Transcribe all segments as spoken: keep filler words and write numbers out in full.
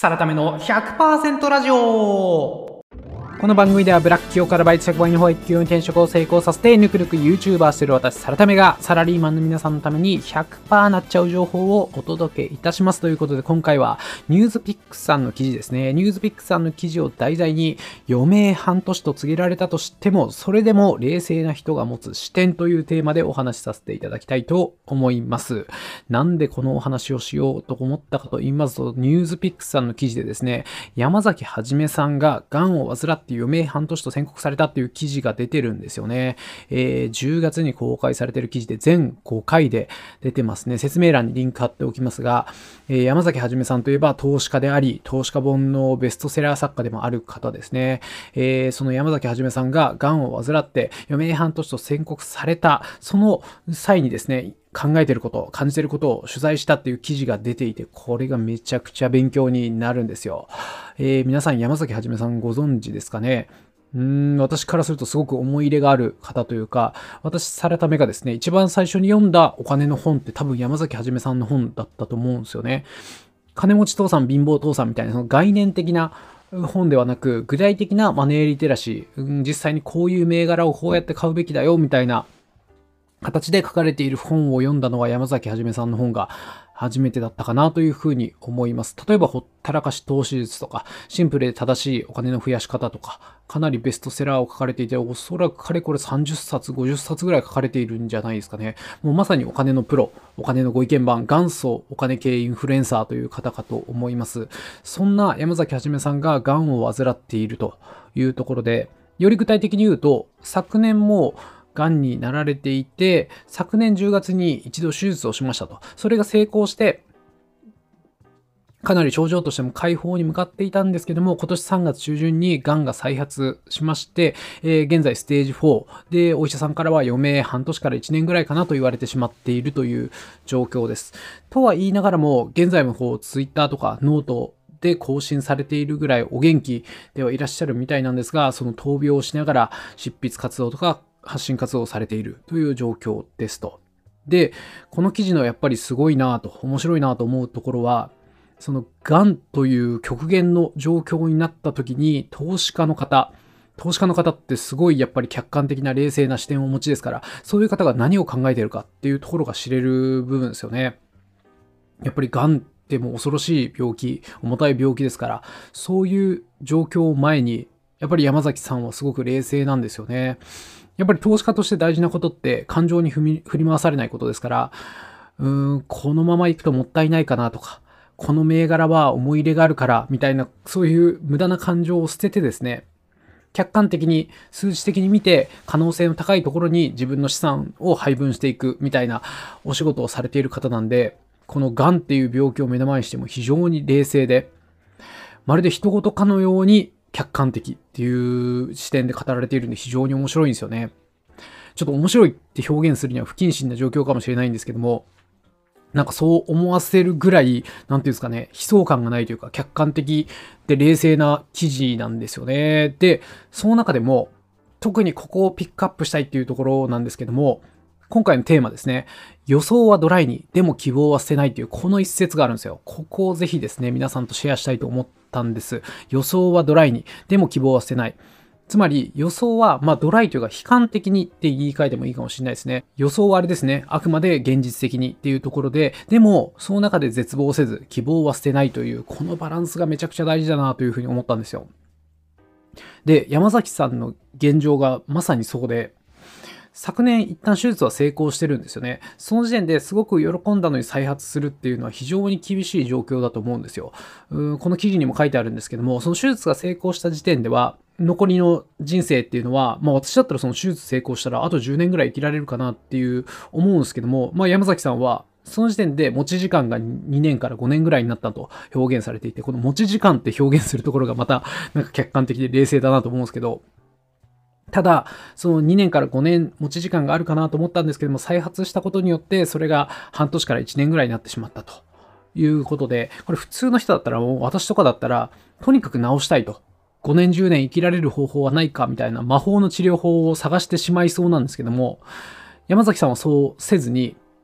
サラタメの ひゃくパーセント ラジオ。この番組ではブラック企業からバイト先に保育企業に転職を成功させてぬくぬく YouTuber してる私サラタメがサラリーマンの皆さんのために ひゃくパーセント なっちゃう情報をお届けいたしますということで、今回はニュースピックスさんの記事ですね。ニュースピックスさんの記事を題材に余命半年と告げられたとしてもそれでも冷静な人が持つ視点というテーマでお話しさせていただきたいと思います。なんでこのお話をしようと思ったかと言いますと、ニュースピックスさんの記事でですね、山崎はじめさんが癌を患って余命半年と宣告されたっていう記事が出てるんですよね。えー、じゅうがつに公開されている記事で全ごかいで出てますね。説明欄にリンク貼っておきますが、えー、山崎はじめさんといえば投資家であり、投資家本のベストセラー作家でもある方ですね。えー、その山崎はじめさんが癌を患って余命半年と宣告されたその際にですね、考えていること、感じていることを取材したっていう記事が出ていて、これがめちゃくちゃ勉強になるんですよ。えー、皆さん山崎はじめさんご存知ですかね。うーん私からするとすごく思い入れがある方というか、私サラタメがですね、一番最初に読んだお金の本って多分山崎はじめさんの本だったと思うんですよね。金持ち父さん貧乏父さんみたいなその概念的な本ではなく、具体的なマネーリテラシー、うん、実際にこういう銘柄をこうやって買うべきだよみたいな形で書かれている本を読んだのは山崎はじめさんの本が初めてだったかなというふうに思います。例えばほったらかし投資術とか、シンプルで正しいお金の増やし方とか、かなりベストセラーを書かれていて、おそらくかれこれさんじゅっさつ、ごじゅっさつぐらい書かれているんじゃないですかね。もうまさにお金のプロ、お金のご意見番、元祖お金系インフルエンサーという方かと思います。そんな山崎はじめさんが癌を患っているというところで、より具体的に言うと、昨年も癌になられていて、昨年じゅうがつに一度手術をしましたと。それが成功して、かなり症状としても快方に向かっていたんですけども、今年さんがつ中旬に癌が再発しまして、えー、現在ステージフォーで、お医者さんからは余命半年からいちねんぐらいかなと言われてしまっているという状況です。とは言いながらも、現在もこうツイッターとかノートで更新されているぐらいお元気ではいらっしゃるみたいなんですが、その闘病をしながら執筆活動とか発信活動をされているという状況ですと。で、この記事のやっぱりすごいなぁと、面白いなぁと思うところは、その癌という極限の状況になった時に投資家の方、投資家の方ってすごいやっぱり客観的な冷静な視点をお持ちですから、そういう方が何を考えているかっていうところが知れる部分ですよね。やっぱり癌ってもう恐ろしい病気、重たい病気ですから、そういう状況を前に、やっぱり山崎さんはすごく冷静なんですよね。やっぱり投資家として大事なことって感情に振り回されないことですから、うーん、このまま行くともったいないかなとか、この銘柄は思い入れがあるからみたいな、そういう無駄な感情を捨ててですね、客観的に数字的に見て可能性の高いところに自分の資産を配分していくみたいなお仕事をされている方なんで、この癌っていう病気を目の前にしても非常に冷静で、まるで人事かのように客観的っていう視点で語られているんで非常に面白いんですよね。ちょっと面白いって表現するには不謹慎な状況かもしれないんですけども、なんかそう思わせるぐらい、なんていうんですかね、悲壮感がないというか、客観的で冷静な記事なんですよね。で、その中でも、特にここをピックアップしたいっていうところなんですけども、今回のテーマですね、予想はドライに、でも希望は捨てないっていう、この一節があるんですよ。ここをぜひですね、皆さんとシェアしたいと思ったんです。予想はドライに、でも希望は捨てない。つまり予想は、まあ、ドライというか悲観的にって言い換えてもいいかもしれないですね。予想はあれですね。あくまで現実的にっていうところで、でも、その中で絶望せず、希望は捨てないという、このバランスがめちゃくちゃ大事だなというふうに思ったんですよ。で、山崎さんの現状がまさにそうで、昨年一旦手術は成功してるんですよね。その時点ですごく喜んだのに再発するっていうのは非常に厳しい状況だと思うんですよ。うーんこの記事にも書いてあるんですけども、その手術が成功した時点では、残りの人生っていうのは、まあ私だったらその手術成功したらあとじゅうねんぐらい生きられるかなっていう思うんですけども、まあ山崎さんはその時点で持ち時間がにねんからごねんぐらいになったと表現されていて、この持ち時間って表現するところがまたなんか客観的で冷静だなと思うんですけど、ただ、そのにねんからごねん持ち時間があるかなと思ったんですけども、再発したことによって、それが半年からいちねんぐらいになってしまったということで、これ普通の人だったら、もう私とかだったら、とにかく治したいと。ごねんじゅうねん生きられる方法はないかみたいな魔法の治療法を探してしまいそうなんですけども、山崎さんはそうせずに、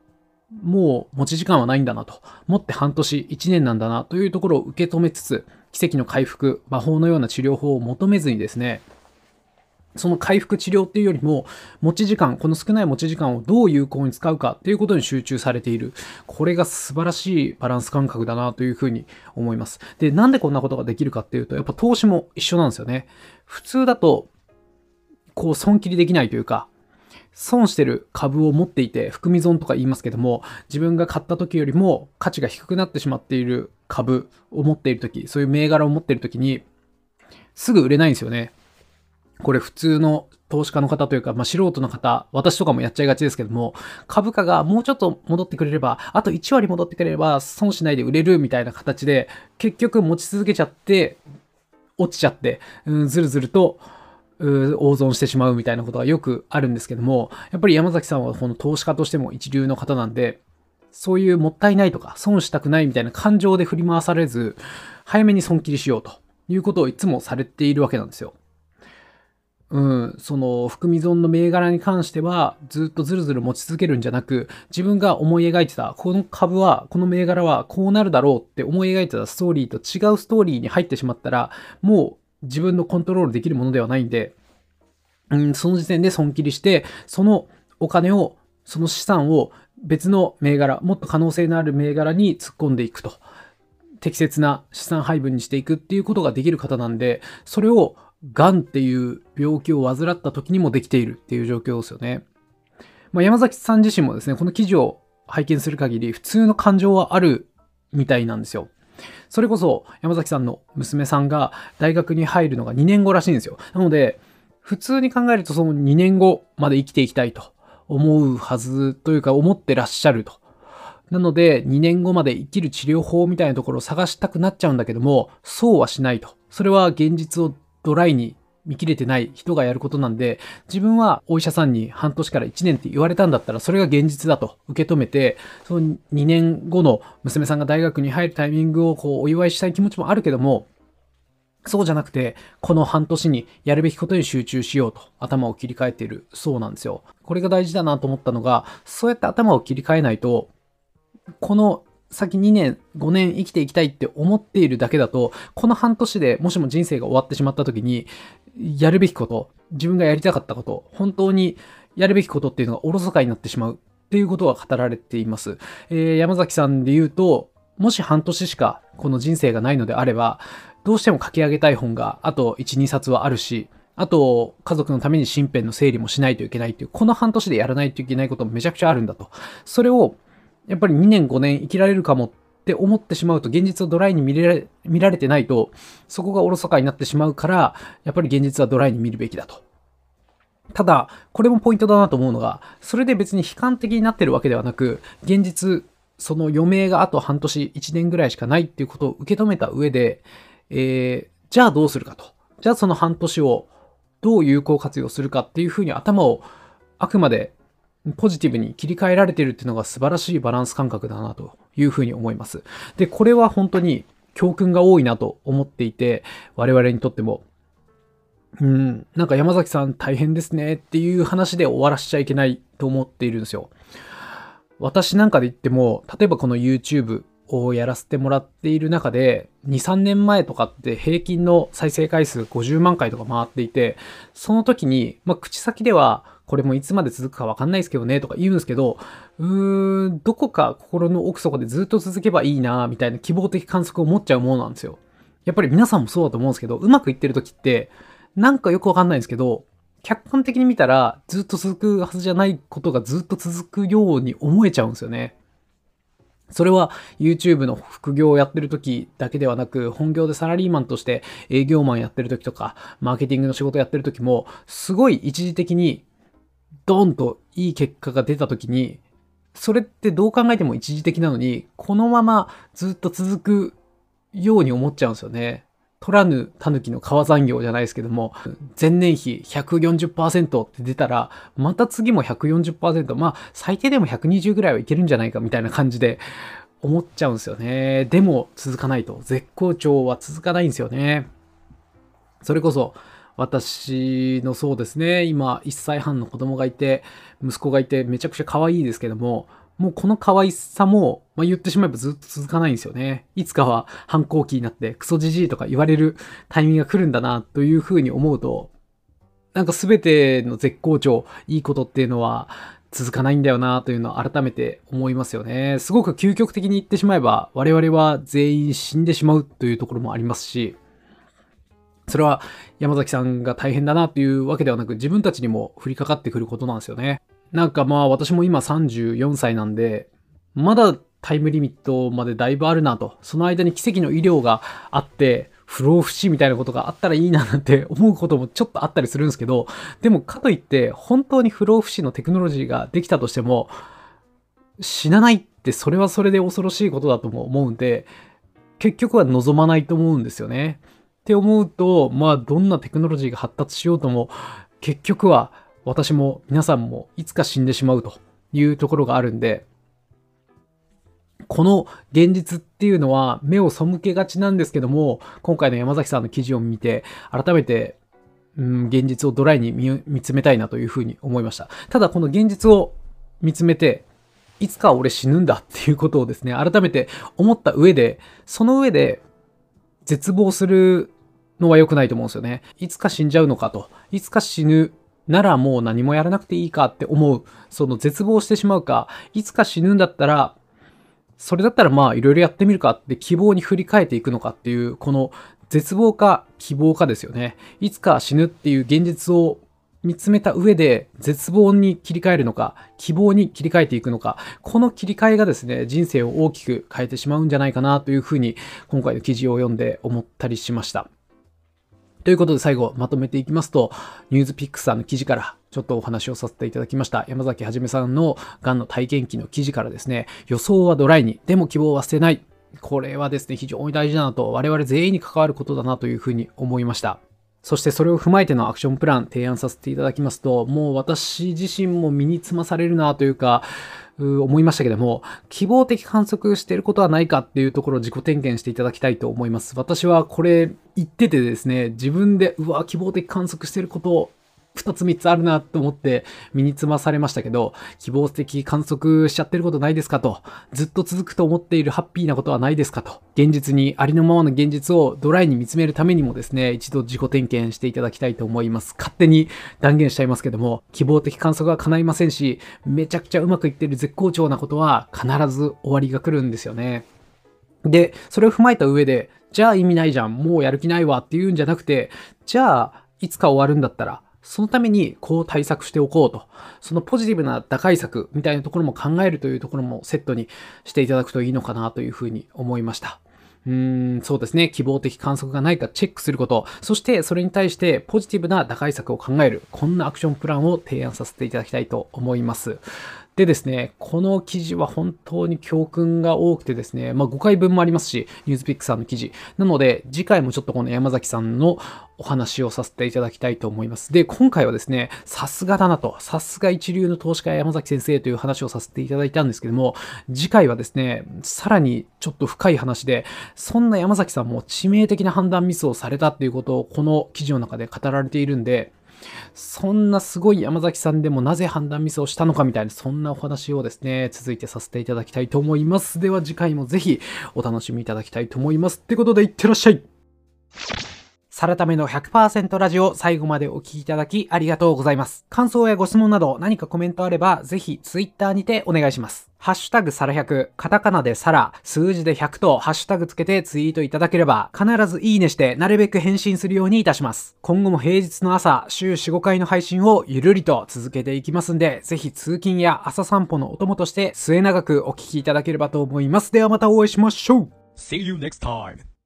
もう持ち時間はないんだなと、持って半年、いちねんなんだなというところを受け止めつつ、奇跡の回復、魔法のような治療法を求めずにですね、その回復治療っていうよりも、持ち時間、この少ない持ち時間をどう有効に使うかっていうことに集中されている。これが素晴らしいバランス感覚だなというふうに思います。で、なんでこんなことができるかっていうと、やっぱ投資も一緒なんですよね。普通だと、こう損切りできないというか、損してる株を持っていて、含み損とか言いますけども、自分が買った時よりも価値が低くなってしまっている株を持っている時、そういう銘柄を持っている時に、すぐ売れないんですよね。これ普通の投資家の方というか、まあ、素人の方、私とかもやっちゃいがちですけども、株価がもうちょっと戻ってくれれば、あといち割戻ってくれれば損しないで売れるみたいな形で、結局持ち続けちゃって、落ちちゃって、うん、ずるずると、大損してしまうみたいなことがよくあるんですけども、やっぱり山崎さんはこの投資家としても一流の方なんで、そういうもったいないとか損したくないみたいな感情で振り回されず、早めに損切りしようということをいつもされているわけなんですよ。うん、その含み損の銘柄に関してはずっとずるずる持ち続けるんじゃなく、自分が思い描いてたこの株は、この銘柄はこうなるだろうって思い描いてたストーリーと違うストーリーに入ってしまったら、もう自分のコントロールできるものではないんで、うん、その時点で損切りして、そのお金を、その資産を別の銘柄、もっと可能性のある銘柄に突っ込んでいくと。適切な資産配分にしていくっていうことができる方なんで、それをがんっていう病気を患った時にもできているっていう状況ですよね。まあ、山崎さん自身もですね、この記事を拝見する限り、普通の感情はあるみたいなんですよ。それこそ山崎さんの娘さんが大学に入るのがにねんごらしいんですよ。なので、普通に考えるとそのにねんごまで生きていきたいと思うはずというか思ってらっしゃると。なのでにねんごまで生きる治療法みたいなところを探したくなっちゃうんだけども、そうはしないと。それは現実をドライに見切れてない人がやることなんで、自分はお医者さんに半年からいちねんって言われたんだったらそれが現実だと受け止めて、そのにねんごの娘さんが大学に入るタイミングをこうお祝いしたい気持ちもあるけども、そうじゃなくて、この半年にやるべきことに集中しようと頭を切り替えているそうなんですよ。これが大事だなと思ったのが、そうやって頭を切り替えないと、この先にねん、ごねん生きていきたいって思っているだけだと、この半年でもしも人生が終わってしまった時に、やるべきこと、自分がやりたかったこと、本当にやるべきことっていうのがおろそかになってしまうっていうことが語られています。えー、山崎さんで言うと、もし半年しかこの人生がないのであれば、どうしても書き上げたい本があといち、にさつはあるし、あと家族のために身辺の整理もしないといけないっていう、この半年でやらないといけないこともめちゃくちゃあるんだと。それをやっぱりにねんごねん生きられるかもって思ってしまうと、現実をドライに見れ見られてないと、そこがおろそかになってしまうから、やっぱり現実はドライに見るべきだと。ただ、これもポイントだなと思うのが、それで別に悲観的になってるわけではなく、現実、その余命があと半年、いちねんぐらいしかないっていうことを受け止めた上で、えー、じゃあどうするかと。じゃあその半年をどう有効活用するかっていうふうに頭をあくまでポジティブに切り替えられているっていうのが素晴らしいバランス感覚だなというふうに思います。で、これは本当に教訓が多いなと思っていて、我々にとっても、うん、なんか山崎さん大変ですねっていう話で終わらしちゃいけないと思っているんですよ。私なんかで言っても、例えばこの YouTube をやらせてもらっている中で、に、さんねんまえとかって平均の再生回数ごじゅうまんかいとか回っていて、その時に、まあ、口先では、これもいつまで続くかわかんないですけどねとか言うんですけど、うーん、どこか心の奥底でずっと続けばいいなみたいな希望的観測を持っちゃうものなんですよ。やっぱり皆さんもそうだと思うんですけど、うまくいってる時って、なんかよくわかんないんですけど、客観的に見たらずっと続くはずじゃないことがずっと続くように思えちゃうんですよね。それは YouTube の副業をやってる時だけではなく、本業でサラリーマンとして営業マンやってる時とか、マーケティングの仕事やってる時も、すごい一時的にドンといい結果が出た時に、それってどう考えても一時的なのに、このままずっと続くように思っちゃうんですよね。取らぬ狸の川残業じゃないですけども、前年比 ひゃくよんじゅっパーセント って出たら、また次も ひゃくよんじゅっパーセント、まあ最低でもひゃくにじゅうぐらいはいけるんじゃないかみたいな感じで思っちゃうんですよね。でも続かないと。絶好調は続かないんですよね。それこそ私のそうですね、今いっさいはんの子供がいて、息子がいてめちゃくちゃ可愛いですけども、 もうこの可愛さも、まあ、言ってしまえばずっと続かないんですよね。いつかは反抗期になってクソじじいとか言われるタイミングが来るんだなというふうに思うと、なんか全ての絶好調、いいことっていうのは続かないんだよなというのを改めて思いますよね。すごく究極的に言ってしまえば、我々は全員死んでしまうというところもありますし、それは山崎さんが大変だなというわけではなく、自分たちにも降りかかってくることなんですよね。なんかまあ私も今さんじゅうよんさいなんで、まだタイムリミットまでだいぶあるなと。その間に奇跡の医療があって、不老不死みたいなことがあったらいいななんて思うこともちょっとあったりするんですけど、でもかといって本当に不老不死のテクノロジーができたとしても、死なないってそれはそれで恐ろしいことだとも思うんで、結局は望まないと思うんですよね。って思うと、まあどんなテクノロジーが発達しようとも、結局は私も皆さんもいつか死んでしまうというところがあるんで、この現実っていうのは目を背けがちなんですけども、今回の山崎さんの記事を見て、改めて、うん、現実をドライに 見, 見つめたいなというふうに思いました。ただこの現実を見つめて、いつか俺死ぬんだっていうことをですね、改めて思った上で、その上で絶望するのは良くないと思うんですよね。いつか死んじゃうのかと。いつか死ぬならもう何もやらなくていいかって思う。その絶望してしまうか、いつか死ぬんだったら、それだったらまあいろいろやってみるかって希望に振り返っていくのかっていう、この絶望か希望かですよね。いつか死ぬっていう現実を見つめた上で絶望に切り替えるのか、希望に切り替えていくのか、この切り替えがですね、人生を大きく変えてしまうんじゃないかなというふうに今回の記事を読んで思ったりしました。ということで最後まとめていきますと、ニュースピックスさんの記事からちょっとお話をさせていただきました山崎はじめさんのがんの体験記の記事からですね、予想はドライに、でも希望は捨てない。これはですね、非常に大事だなと、我々全員に関わることだなというふうに思いました。そしてそれを踏まえてのアクションプラン提案させていただきますと、もう私自身も身につまされるなというか、う思いましたけども、希望的観測していることはないかっていうところを自己点検していただきたいと思います。私はこれ言っててですね、自分でうわ希望的観測していることをふたつみっつあるなと思って身につまされましたけど、希望的観測しちゃってることないですかと、ずっと続くと思っているハッピーなことはないですかと、現実にありのままの現実をドライに見つめるためにもですね、一度自己点検していただきたいと思います。勝手に断言しちゃいますけども、希望的観測は叶いませんし、めちゃくちゃうまくいっている絶好調なことは必ず終わりが来るんですよね。で、それを踏まえた上で、じゃあ意味ないじゃん、もうやる気ないわっていうんじゃなくて、じゃあいつか終わるんだったら、そのためにこう対策しておこうと。そのポジティブな打開策みたいなところも考えるというところもセットにしていただくといいのかなというふうに思いました。うーん、そうですね。希望的観測がないかチェックすること。そしてそれに対してポジティブな打開策を考える。こんなアクションプランを提案させていただきたいと思います。でですね、この記事は本当に教訓が多くてですね、まあごかいぶんもありますし、ニュースピックさんの記事。なので、次回もちょっとこの山崎さんのお話をさせていただきたいと思います。で、今回はですね、さすがだなと、さすが一流の投資家山崎先生という話をさせていただいたんですけども、次回はですね、さらにちょっと深い話で、そんな山崎さんも致命的な判断ミスをされたっていうことをこの記事の中で語られているんで、そんなすごい山崎さんでもなぜ判断ミスをしたのかみたいな、そんなお話をですね、続いてさせていただきたいと思います。では次回もぜひお楽しみいただきたいと思います。ってことでいってらっしゃい。サラタメの ひゃくパーセント ラジオ最後までお聞きいただきありがとうございます。感想やご質問など何かコメントあればぜひツイッターにてお願いします。ハッシュタグサラひゃく、カタカナでサラ、数字でひゃくとハッシュタグつけてツイートいただければ必ずいいねしてなるべく返信するようにいたします。今後も平日の朝、週よん、ごかいの配信をゆるりと続けていきますんで、ぜひ通勤や朝散歩のお供として末永くお聞きいただければと思います。ではまたお会いしましょう。 See you next time.